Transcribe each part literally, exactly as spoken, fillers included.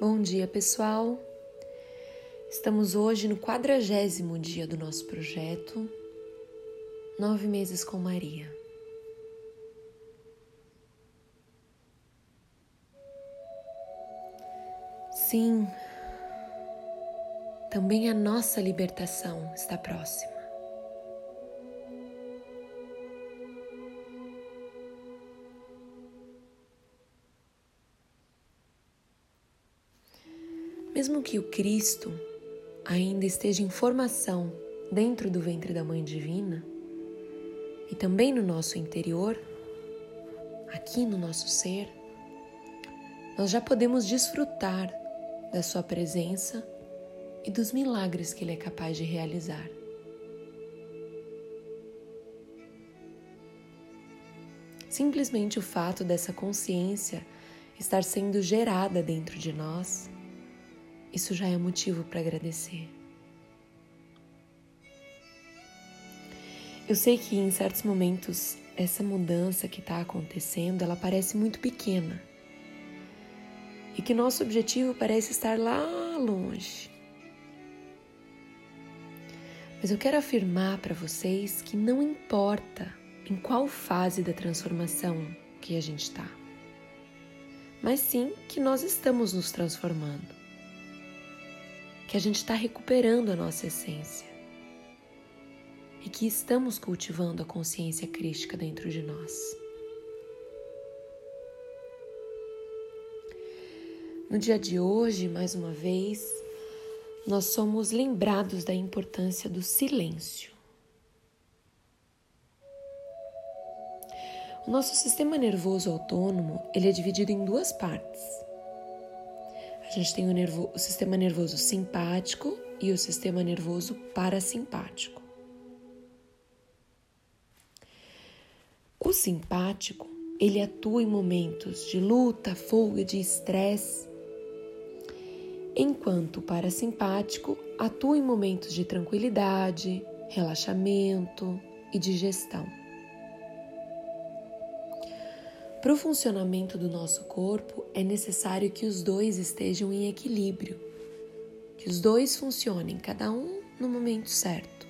Bom dia, pessoal! Estamos hoje no quadragésimo dia do nosso projeto, Nove Meses com Maria. Sim, também a nossa libertação está próxima. Mesmo que o Cristo ainda esteja em formação dentro do ventre da Mãe Divina e também no nosso interior, aqui no nosso ser, nós já podemos desfrutar da sua presença e dos milagres que Ele é capaz de realizar. Simplesmente o fato dessa consciência estar sendo gerada dentro de nós, isso já é motivo para agradecer. Eu sei que em certos momentos essa mudança que está acontecendo, ela parece muito pequena e que nosso objetivo parece estar lá longe. Mas eu quero afirmar para vocês que não importa em qual fase da transformação que a gente está, mas sim que nós estamos nos transformando, que a gente está recuperando a nossa essência e que estamos cultivando a consciência crística dentro de nós. No dia de hoje, mais uma vez, nós somos lembrados da importância do silêncio. O nosso sistema nervoso autônomo, ele é dividido em duas partes. A gente tem o, nervo, o sistema nervoso simpático e o sistema nervoso parasimpático. O simpático, ele atua em momentos de luta, fuga, de estresse, enquanto o parasimpático atua em momentos de tranquilidade, relaxamento e digestão. Para o funcionamento do nosso corpo, é necessário que os dois estejam em equilíbrio, que os dois funcionem, cada um no momento certo.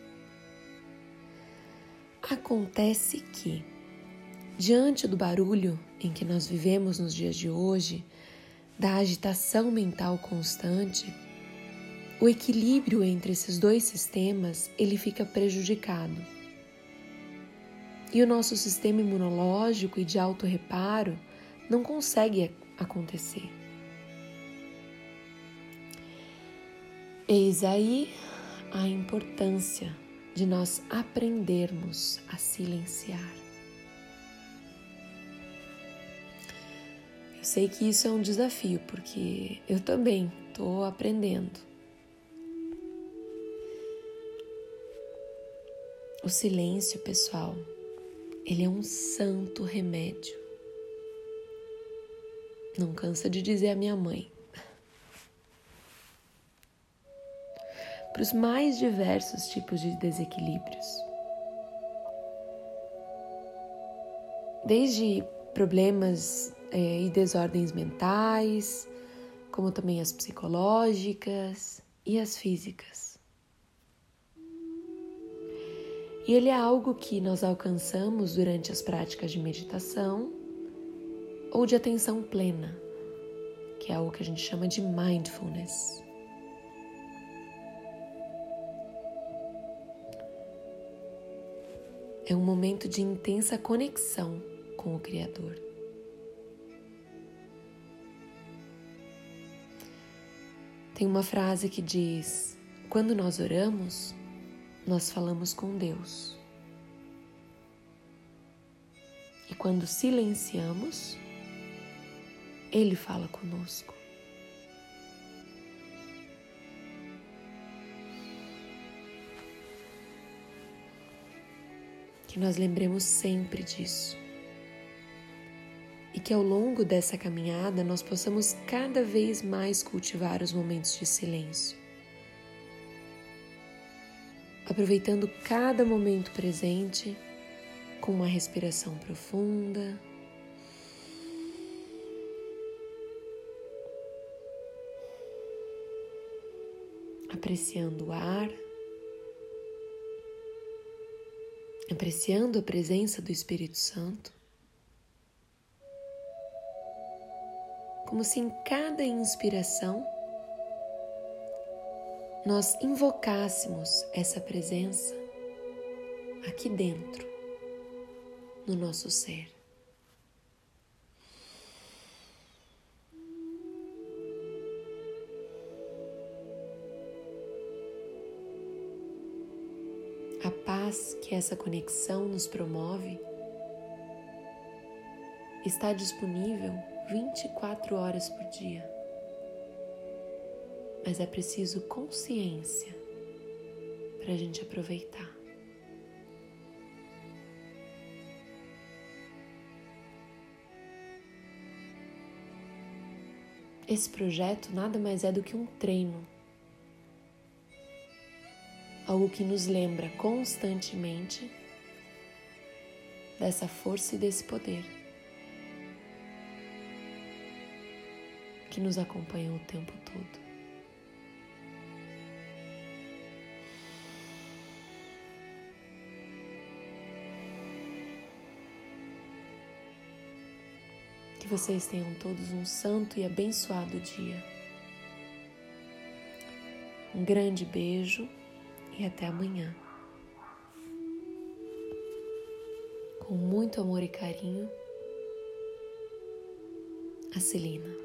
Acontece que, diante do barulho em que nós vivemos nos dias de hoje, da agitação mental constante, o equilíbrio entre esses dois sistemas, ele fica prejudicado. E o nosso sistema imunológico e de autorreparo não consegue acontecer. Eis aí a importância de nós aprendermos a silenciar. Eu sei que isso é um desafio, porque eu também estou aprendendo. O silêncio, pessoal, ele é um santo remédio. Não cansa de dizer a minha mãe. Para os mais diversos tipos de desequilíbrios. Desde problemas é, e desordens mentais, como também as psicológicas e as físicas. E ele é algo que nós alcançamos durante as práticas de meditação ou de atenção plena, que é algo que a gente chama de mindfulness. É um momento de intensa conexão com o Criador. Tem uma frase que diz: quando nós oramos, nós falamos com Deus. E quando silenciamos, Ele fala conosco. Que nós lembremos sempre disso. E que ao longo dessa caminhada nós possamos cada vez mais cultivar os momentos de silêncio. Aproveitando cada momento presente com uma respiração profunda apreciando o ar, apreciando a presença do Espírito Santo, como se em cada inspiração nós invocássemos essa presença aqui dentro, no nosso ser. A paz que essa conexão nos promove está disponível vinte e quatro horas por dia. Mas é preciso consciência para a gente aproveitar. Esse projeto nada mais é do que um treino, algo que nos lembra constantemente dessa força e desse poder que nos acompanham o tempo todo. Que vocês tenham todos um santo e abençoado dia. Um grande beijo e até amanhã. Com muito amor e carinho, a Celina.